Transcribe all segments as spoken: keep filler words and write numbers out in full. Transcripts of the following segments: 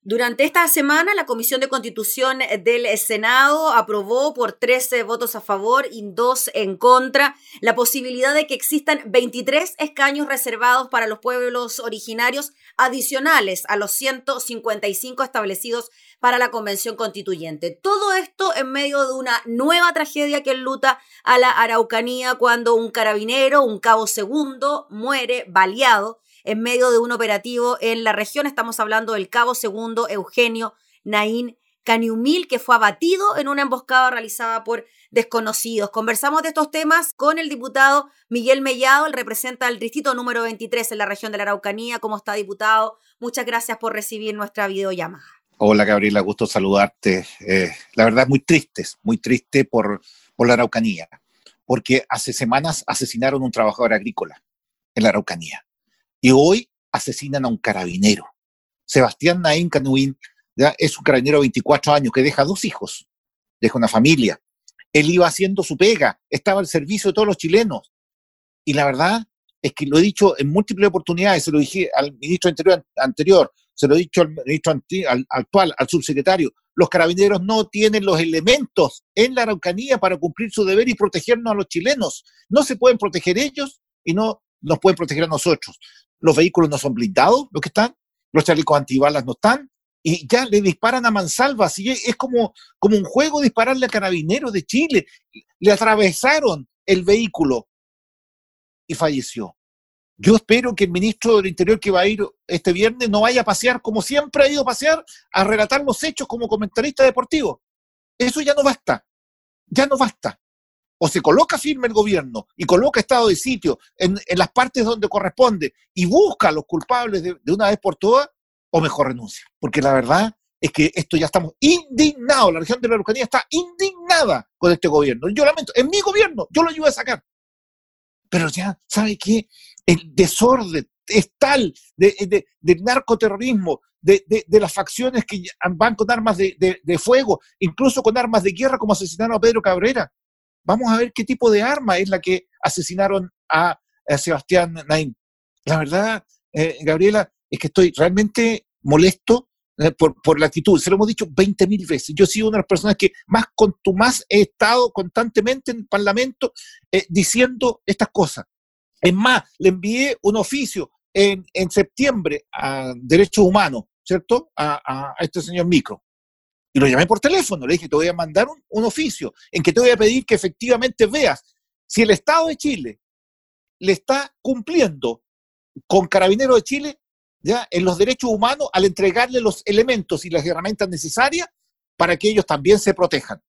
Durante esta semana, la Comisión de Constitución del Senado aprobó por trece votos a favor y dos en contra la posibilidad de que existan veintitrés escaños reservados para los pueblos originarios adicionales a los ciento cincuenta y cinco establecidos para la Convención Constituyente. Todo esto en medio de una nueva tragedia que enluta a la Araucanía cuando un carabinero, un cabo segundo, muere baleado en medio de un operativo en la región. Estamos hablando del cabo segundo Eugenio Naín Caniumil, que fue abatido en una emboscada realizada por desconocidos. Conversamos de estos temas con el diputado Miguel Mellado, él representa el distrito número veintitrés en la región de la Araucanía. ¿Cómo está, diputado? Muchas gracias por recibir nuestra videollamada. Hola, Gabriela, gusto saludarte. Eh, la verdad, muy tristes, muy triste por, por la Araucanía, porque hace semanas asesinaron a un trabajador agrícola en la Araucanía. Y hoy asesinan a un carabinero. Sebastián Naín Caniumil, ¿ya? Es un carabinero de veinticuatro años que deja dos hijos, deja una familia. Él iba haciendo su pega, estaba al servicio de todos los chilenos. Y la verdad es que lo he dicho en múltiples oportunidades, se lo dije al ministro anterior, anterior se lo he dicho al ministro anti, al, actual, al subsecretario. Los carabineros no tienen los elementos en la Araucanía para cumplir su deber y protegernos a los chilenos. No se pueden proteger ellos y no nos pueden proteger a nosotros. Los vehículos no son blindados, los que están, los chalecos antibalas no están, y ya le disparan a mansalva. Así es como, como un juego dispararle a carabineros de Chile. Le atravesaron el vehículo y falleció. Yo espero que el ministro del Interior, que va a ir este viernes, no vaya a pasear como siempre ha ido a pasear, a relatar los hechos como comentarista deportivo. Eso ya no basta, ya no basta. O se coloca firme el gobierno y coloca estado de sitio en, en las partes donde corresponde y busca a los culpables de, de una vez por todas, o mejor renuncia. Porque la verdad es que esto ya estamos indignados. La región de la Araucanía está indignada con este gobierno. Yo lamento, en mi gobierno, yo lo ayudé a sacar. Pero ya, ¿sabe qué? El desorden es tal de, de, del narcoterrorismo, de, de, de las facciones que van con armas de, de, de fuego, incluso con armas de guerra, como asesinaron a Pedro Cabrera. Vamos a ver qué tipo de arma es la que asesinaron a, a Sebastián Naín. La verdad, eh, Gabriela, es que estoy realmente molesto eh, por, por la actitud. Se lo hemos dicho veinte mil veces. Yo he sido una de las personas que más contumaz he estado constantemente en el Parlamento eh, diciendo estas cosas. Es más, le envié un oficio en, en septiembre a Derechos Humanos, ¿cierto? A, a, a este señor Micro. Y lo llamé por teléfono, le dije, te voy a mandar un, un oficio en que te voy a pedir que efectivamente veas si el Estado de Chile le está cumpliendo con Carabineros de Chile ya en los derechos humanos al entregarle los elementos y las herramientas necesarias para que ellos también se protejan.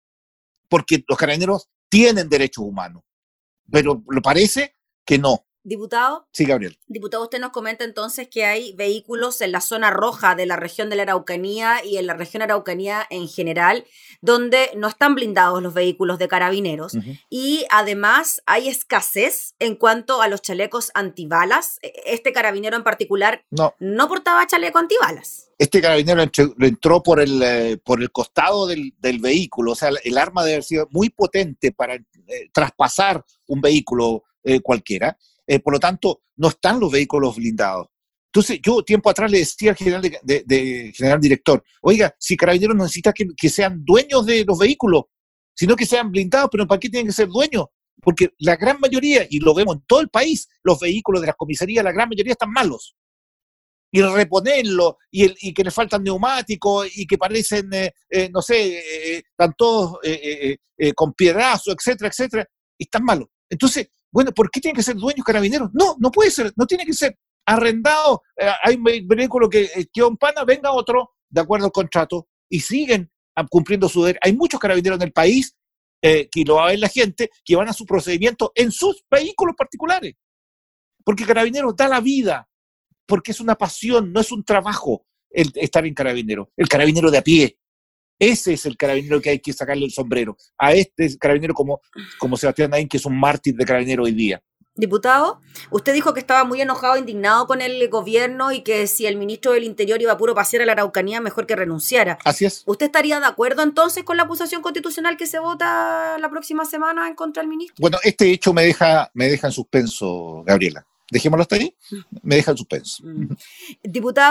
Porque los carabineros tienen derechos humanos, pero lo parece que no. Diputado. Sí, Gabriel. Diputado, usted nos comenta entonces que hay vehículos en la zona roja de la región de la Araucanía y en la región Araucanía en general, donde no están blindados los vehículos de carabineros. Uh-huh. Y además hay escasez en cuanto a los chalecos antibalas. Este carabinero en particular no, no portaba chaleco antibalas. Este carabinero entró, entró por el, eh, por el costado del, del vehículo. O sea, el arma debe haber sido muy potente para eh, traspasar un vehículo eh, cualquiera. Eh, por lo tanto, no están los vehículos blindados. Entonces, yo tiempo atrás le decía al general, de, de, de, general director, oiga, si Carabineros no necesita que, que sean dueños de los vehículos, sino que sean blindados, pero ¿para qué tienen que ser dueños? Porque la gran mayoría, y lo vemos en todo el país, los vehículos de las comisarías, la gran mayoría están malos. Y reponerlo, y, el, y que les faltan neumáticos, y que parecen, eh, eh, no sé, eh, están todos eh, eh, eh, con piedrazos, etcétera, etcétera, y están malos. Entonces, bueno, ¿por qué tienen que ser dueños Carabineros? No, no puede ser, no tiene que ser arrendado. Eh, hay un vehículo que eh, quedó en pana, venga otro, de acuerdo al contrato, y siguen cumpliendo su deber. Hay muchos carabineros en el país, eh, que lo va a ver la gente, que van a su procedimiento en sus vehículos particulares. Porque Carabineros da la vida, porque es una pasión, no es un trabajo el estar en Carabinero. El carabinero de a pie. Ese es el carabinero que hay que sacarle el sombrero. A este carabinero como, como Sebastián Naín, que es un mártir de carabinero hoy día. Diputado, usted dijo que estaba muy enojado, indignado con el gobierno y que si el ministro del Interior iba a puro pasear a la Araucanía, mejor que renunciara. Así es. ¿Usted estaría de acuerdo entonces con la acusación constitucional que se vota la próxima semana en contra del ministro? Bueno, este hecho me deja, me deja en suspenso, Gabriela. Dejémoslo hasta ahí. Me deja en suspenso. Mm. Diputado,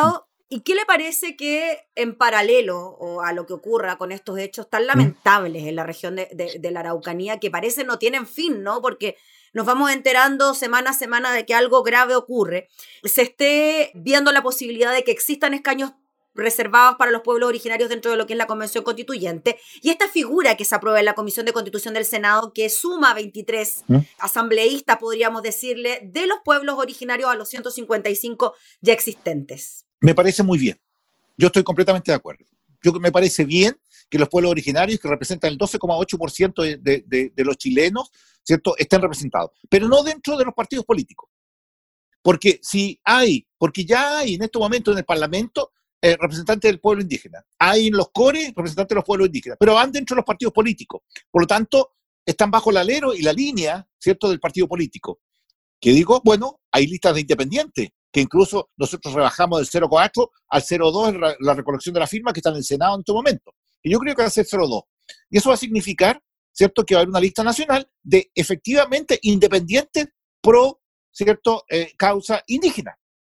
¿Y qué le parece que en paralelo o a lo que ocurra con estos hechos tan lamentables en la región de, de, de la Araucanía, que parece no tienen fin, ¿no? Porque nos vamos enterando semana a semana de que algo grave ocurre, se esté viendo la posibilidad de que existan escaños reservados para los pueblos originarios dentro de lo que es la Convención Constituyente, y esta figura que se aprueba en la Comisión de Constitución del Senado, que suma veintitrés ¿Mm? asambleístas, podríamos decirle, de los pueblos originarios a los ciento cincuenta y cinco ya existentes? Me parece muy bien. Yo estoy completamente de acuerdo. Yo me parece bien que los pueblos originarios, que representan el doce coma ocho por ciento de, de, de, de los chilenos, ¿cierto?, estén representados, pero no dentro de los partidos políticos. Porque si hay, porque ya hay en estos momentos en el Parlamento Eh, representantes del pueblo indígena. Hay en los core representantes de los pueblos indígenas, pero van dentro de los partidos políticos. Por lo tanto, están bajo el alero y la línea, ¿cierto?, del partido político. Que digo, bueno, hay listas de independientes, que incluso nosotros rebajamos del cero coma cuatro al cero coma dos la, la recolección de la firma que está en el Senado en este momento. Y yo creo que va a ser cero coma dos. Y eso va a significar, ¿cierto?, que va a haber una lista nacional de efectivamente independientes pro, ¿cierto?, eh, causa indígena.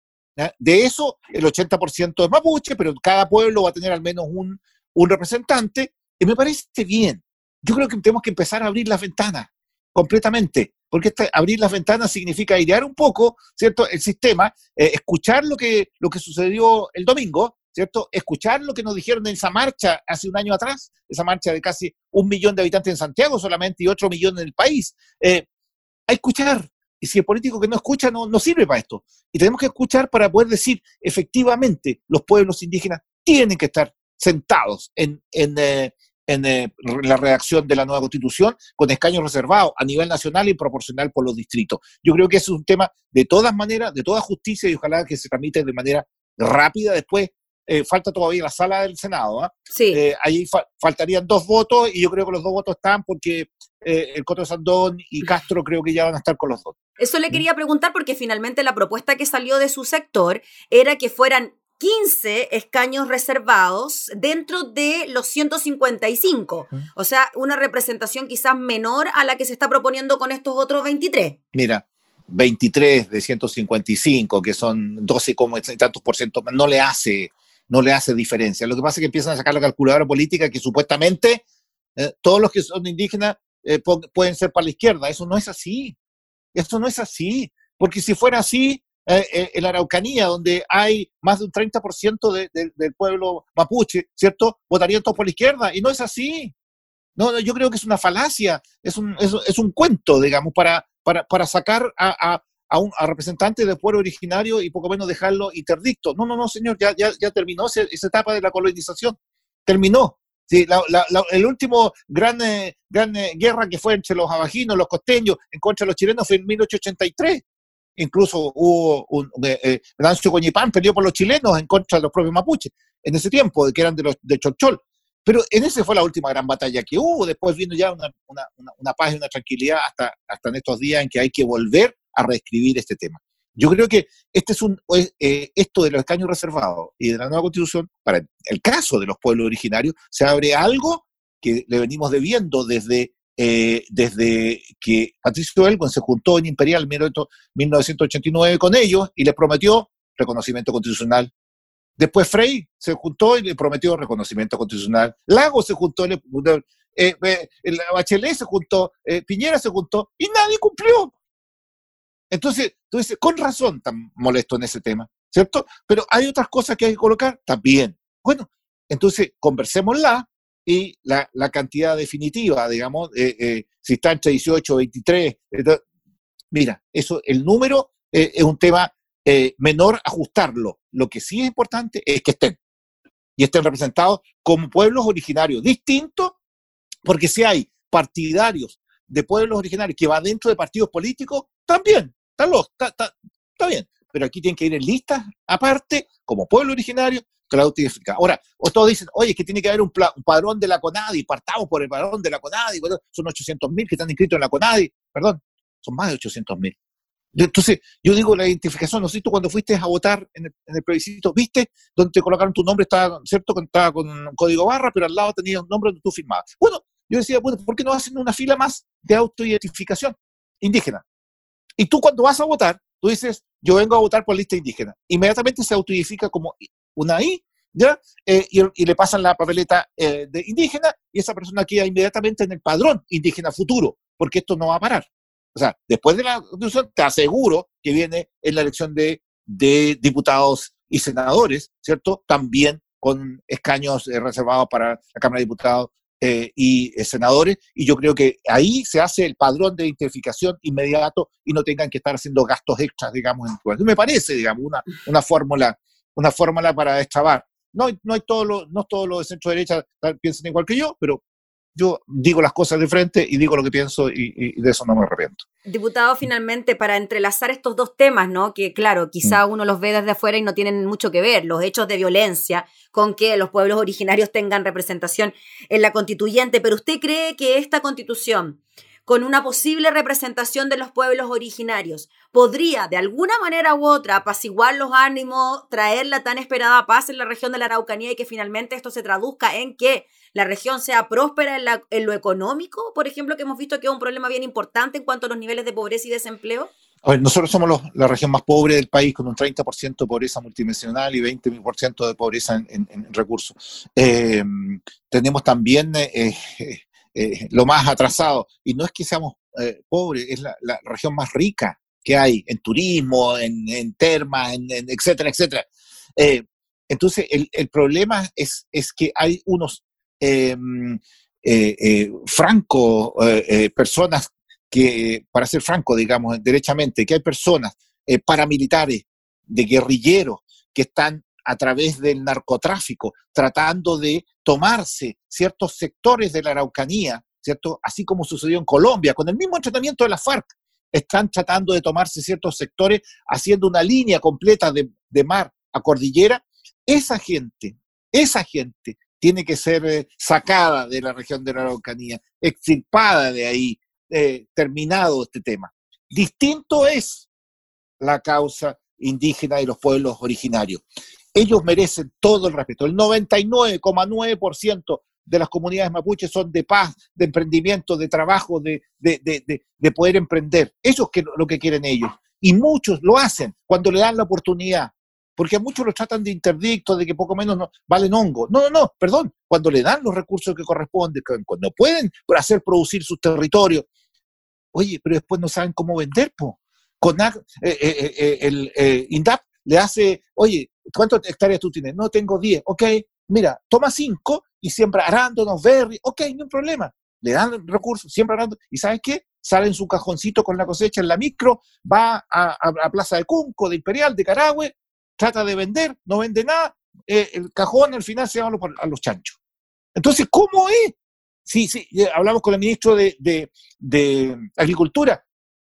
De eso, el ochenta por ciento es mapuche, pero cada pueblo va a tener al menos un, un representante, y me parece bien. Yo creo que tenemos que empezar a abrir las ventanas completamente, porque este, abrir las ventanas significa airear un poco, ¿cierto?, el sistema, eh, escuchar lo que, lo que sucedió el domingo, ¿cierto?, escuchar lo que nos dijeron en esa marcha hace un año atrás, esa marcha de casi un millón de habitantes en Santiago solamente y otro millón en el país. Eh, a escuchar. Y si el político que no escucha no, no sirve para esto. Y tenemos que escuchar para poder decir, efectivamente, los pueblos indígenas tienen que estar sentados en, en, eh, en eh, la redacción de la nueva Constitución con escaños reservados a nivel nacional y proporcional por los distritos. Yo creo que ese es un tema de todas maneras, de toda justicia, y ojalá que se tramite de manera rápida. Después eh, falta todavía la sala del Senado. ¿eh? Sí. Eh, ahí fa- faltarían dos votos, y yo creo que los dos votos están porque eh, el Coto Sandón y Castro creo que ya van a estar con los dos. Eso le quería preguntar, porque finalmente la propuesta que salió de su sector era que fueran quince escaños reservados dentro de los ciento cincuenta y cinco. O sea, una representación quizás menor a la que se está proponiendo con estos otros veintitrés. Mira, veintitrés de ciento cincuenta y cinco, que son doce como tantos por ciento, no le hace, no le hace diferencia. Lo que pasa es que empiezan a sacar la calculadora política que supuestamente eh, todos los que son indígenas eh, po- pueden ser para la izquierda. Eso no es así. Esto no es así, porque si fuera así, eh, eh, en la Araucanía, donde hay más de un treinta por ciento de, de, del pueblo mapuche, ¿cierto?, votarían todos por la izquierda, y no es así. No, no, yo creo que es una falacia, es un, es, es un cuento, digamos, para, para, para sacar a, a, a, un, a representantes del pueblo originario y poco menos dejarlo interdicto. No, no, no, señor, ya, ya, ya terminó ese, esa etapa de la colonización, terminó. Sí, la, la, la, el último gran, eh, gran eh, guerra que fue entre los abajinos, los costeños, en contra de los chilenos fue en mil ochocientos ochenta y tres. Incluso hubo un, eh, eh, Venancio Coñipán peleó por los chilenos en contra de los propios mapuches, en ese tiempo, que eran de los de Cholchol. Pero en esa fue la última gran batalla que hubo. Después vino ya una, una, una, una paz y una tranquilidad hasta, hasta en estos días en que hay que volver a reescribir este tema. Yo creo que este es un, eh, esto de los escaños reservados y de la nueva Constitución, para el caso de los pueblos originarios, se abre algo que le venimos debiendo desde, eh, desde que Patricio Elwin se juntó en Imperial en mil novecientos ochenta y nueve con ellos y les prometió reconocimiento constitucional. Después Frei se juntó y le prometió reconocimiento constitucional. Lagos se juntó, le, eh, eh, Bachelet se juntó, eh, Piñera se juntó, y nadie cumplió. Entonces, tú dices, con razón tan molesto en ese tema, ¿cierto? Pero hay otras cosas que hay que colocar también. Bueno, entonces conversémosla, y la, la cantidad definitiva, digamos, eh, eh, si está entre dieciocho, veintitrés, eh, mira, eso, el número eh, es un tema eh, menor ajustarlo. Lo que sí es importante es que estén, y estén representados como pueblos originarios distintos, porque si hay partidarios de pueblos originarios que van dentro de partidos políticos, también. Está, está, está, está bien, pero aquí tienen que ir en listas aparte, como pueblo originario, claro. Ahora, o todos dicen, oye, que tiene que haber un, pla, un padrón de la CONADI, partamos por el padrón de la CONADI, bueno, son ochocientos mil que están inscritos en la CONADI, perdón, son más de ochocientos mil. Entonces, yo digo la identificación, no sé, tú cuando fuiste a votar en el, en el plebiscito, ¿viste? Donde te colocaron tu nombre, estaba, ¿cierto? Estaba con código barra, pero al lado tenía un nombre donde tú firmabas. Bueno, yo decía, bueno, ¿por qué no hacen una fila más de autoidentificación indígena? Y tú cuando vas a votar, tú dices, yo vengo a votar por lista indígena. Inmediatamente se autoidentifica como una I, ¿ya? Eh, y, y le pasan la papeleta eh, de indígena y esa persona queda inmediatamente en el padrón indígena futuro, porque esto no va a parar. O sea, después de la constitución te aseguro que viene en la elección de, de diputados y senadores, ¿cierto? También con escaños eh, reservados para la Cámara de Diputados eh, y eh, senadores, y yo creo que ahí se hace el padrón de identificación inmediato y no tengan que estar haciendo gastos extras, digamos. En, me parece, digamos, una, una fórmula una fórmula para destrabar. No, no hay todos los, no todos los de centro derecha piensan igual que yo, pero yo digo las cosas de frente y digo lo que pienso y, y de eso no me arrepiento. Diputado, finalmente, para entrelazar estos dos temas, ¿no? Que claro, quizá uno los ve desde afuera y no tienen mucho que ver, los hechos de violencia con que los pueblos originarios tengan representación en la constituyente, pero ¿usted cree que esta constitución, con una posible representación de los pueblos originarios, podría de alguna manera u otra apaciguar los ánimos, traer la tan esperada paz en la región de la Araucanía y que finalmente esto se traduzca en que la región sea próspera en, la, en lo económico, por ejemplo, que hemos visto que es un problema bien importante en cuanto a los niveles de pobreza y desempleo? A ver, nosotros somos los, la región más pobre del país, con un treinta por ciento de pobreza multidimensional y veinte por ciento de pobreza en, en, en recursos. Eh, tenemos también eh, eh, eh, lo más atrasado, y no es que seamos eh, pobres, es la, la región más rica que hay en turismo, en, en termas, en, en etcétera, etcétera. Eh, entonces, el, el problema es, es que hay unos eh, eh, eh, franco, eh, eh, personas que, para ser franco, digamos, derechamente, que hay personas eh, paramilitares, de guerrilleros, que están a través del narcotráfico tratando de tomarse ciertos sectores de la Araucanía, ¿cierto? Así como sucedió en Colombia, con el mismo entrenamiento de la FARC, están tratando de tomarse ciertos sectores, haciendo una línea completa de, de mar a cordillera. Esa gente, esa gente tiene que ser eh, sacada de la región de la Araucanía, extirpada de ahí, eh, terminado este tema. Distinto es la causa indígena y los pueblos originarios. Ellos merecen todo el respeto. El noventa y nueve coma nueve por ciento de las comunidades mapuches son de paz, de emprendimiento, de trabajo, de, de, de, de, de poder emprender. Eso es que, lo que quieren ellos. Y muchos lo hacen cuando le dan la oportunidad. Porque a muchos los tratan de interdictos, de que poco menos no, valen hongo. No, no, no, perdón. Cuando le dan los recursos que corresponden, cuando pueden hacer producir sus territorios. Oye, pero después no saben cómo vender, po. Con eh, eh, eh, el eh, INDAP le hace, oye, ¿cuántas hectáreas tú tienes? No, tengo diez. Ok, mira, toma cinco y siembra arándanos, berry. Ok, no hay problema. Le dan recursos, siembra arándanos. ¿Y sabes qué? Sale en su cajoncito con la cosecha en la micro, va a, a, a Plaza de Cunco, de Imperial, de Carahue, trata de vender, no vende nada, eh, el cajón al final se va a los, a los chanchos. Entonces, ¿cómo es? Sí, sí, hablamos con el ministro de, de, de Agricultura,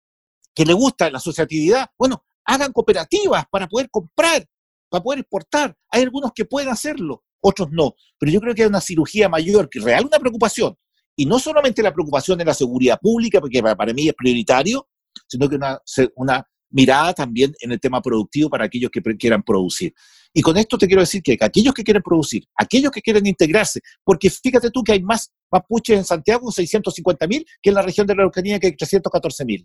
que le gusta la asociatividad. Bueno, hagan cooperativas para poder comprar, para poder exportar. Hay algunos que pueden hacerlo, otros no. Pero yo creo que hay una cirugía mayor, que es real una preocupación. Y no solamente la preocupación de la seguridad pública, porque para, para mí es prioritario, sino que una, una mirada también en el tema productivo para aquellos que quieran producir. Y con esto te quiero decir que aquellos que quieren producir, aquellos que quieren integrarse, porque fíjate tú que hay más mapuches en Santiago, seiscientos cincuenta mil, que en la región de la Araucanía, que hay trescientos catorce mil.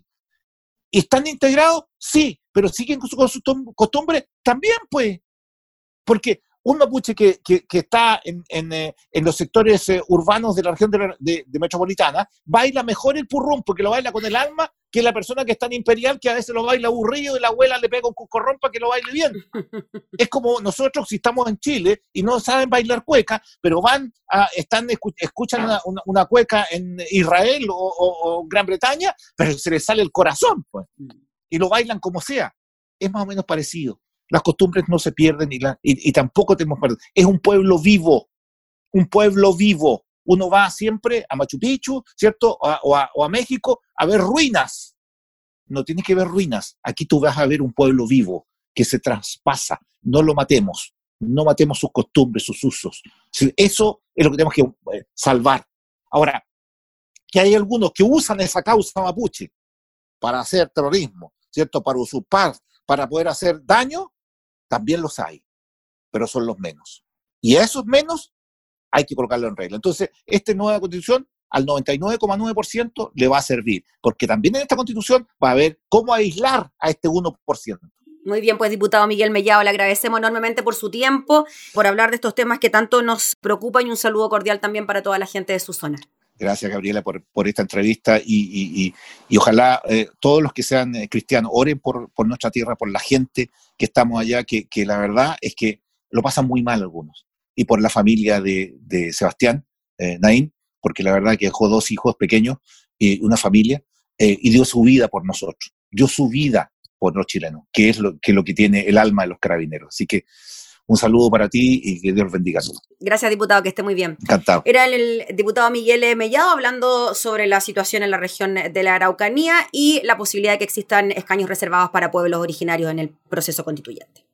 ¿Y están integrados? Sí, pero siguen con sus costumbres también, pues. Porque un mapuche que, que, que está en, en, eh, en los sectores eh, urbanos de la región de, la, de, de metropolitana, baila mejor el purrún, porque lo baila con el alma, que la persona que está en Imperial, que a veces lo baila aburrido y la abuela le pega un cuscorrón para que lo baile bien. Es como nosotros, si estamos en Chile y no saben bailar cueca, pero van a, están, escuchan una, una, una cueca en Israel o, o, o Gran Bretaña, pero se les sale el corazón, pues, y lo bailan como sea. Es más o menos parecido. Las costumbres no se pierden y, la, y, y tampoco tenemos perder. Es un pueblo vivo, un pueblo vivo. Uno va siempre a Machu Picchu, ¿cierto? O a, o a, o a México a ver ruinas. No tienes que ver ruinas. Aquí tú vas a ver un pueblo vivo que se traspasa. No lo matemos. No matemos sus costumbres, sus usos. Eso es lo que tenemos que eh, salvar. Ahora, que hay algunos que usan esa causa mapuche para hacer terrorismo, ¿cierto? Para usurpar, para poder hacer daño, también los hay, pero son los menos. Y a esos menos hay que colocarlo en regla. Entonces, esta nueva constitución al noventa y nueve coma nueve por ciento le va a servir, porque también en esta constitución va a haber cómo aislar a este uno por ciento. Muy bien, pues diputado Miguel Mellado, le agradecemos enormemente por su tiempo, por hablar de estos temas que tanto nos preocupan y un saludo cordial también para toda la gente de su zona. Gracias, Gabriela, por, por esta entrevista y, y, y, y ojalá eh, todos los que sean eh, cristianos oren por, por nuestra tierra, por la gente que estamos allá, que, que la verdad es que lo pasan muy mal algunos. Y por la familia de, de Sebastián eh, Naín, porque la verdad que dejó dos hijos pequeños y una familia, eh, y dio su vida por nosotros, dio su vida por los chilenos, que es lo que, lo que tiene el alma de los carabineros. Así que un saludo para ti y que Dios bendiga a todos. Gracias, diputado, que esté muy bien. Encantado. Era el, el diputado Miguel Mellado hablando sobre la situación en la región de la Araucanía y la posibilidad de que existan escaños reservados para pueblos originarios en el proceso constituyente.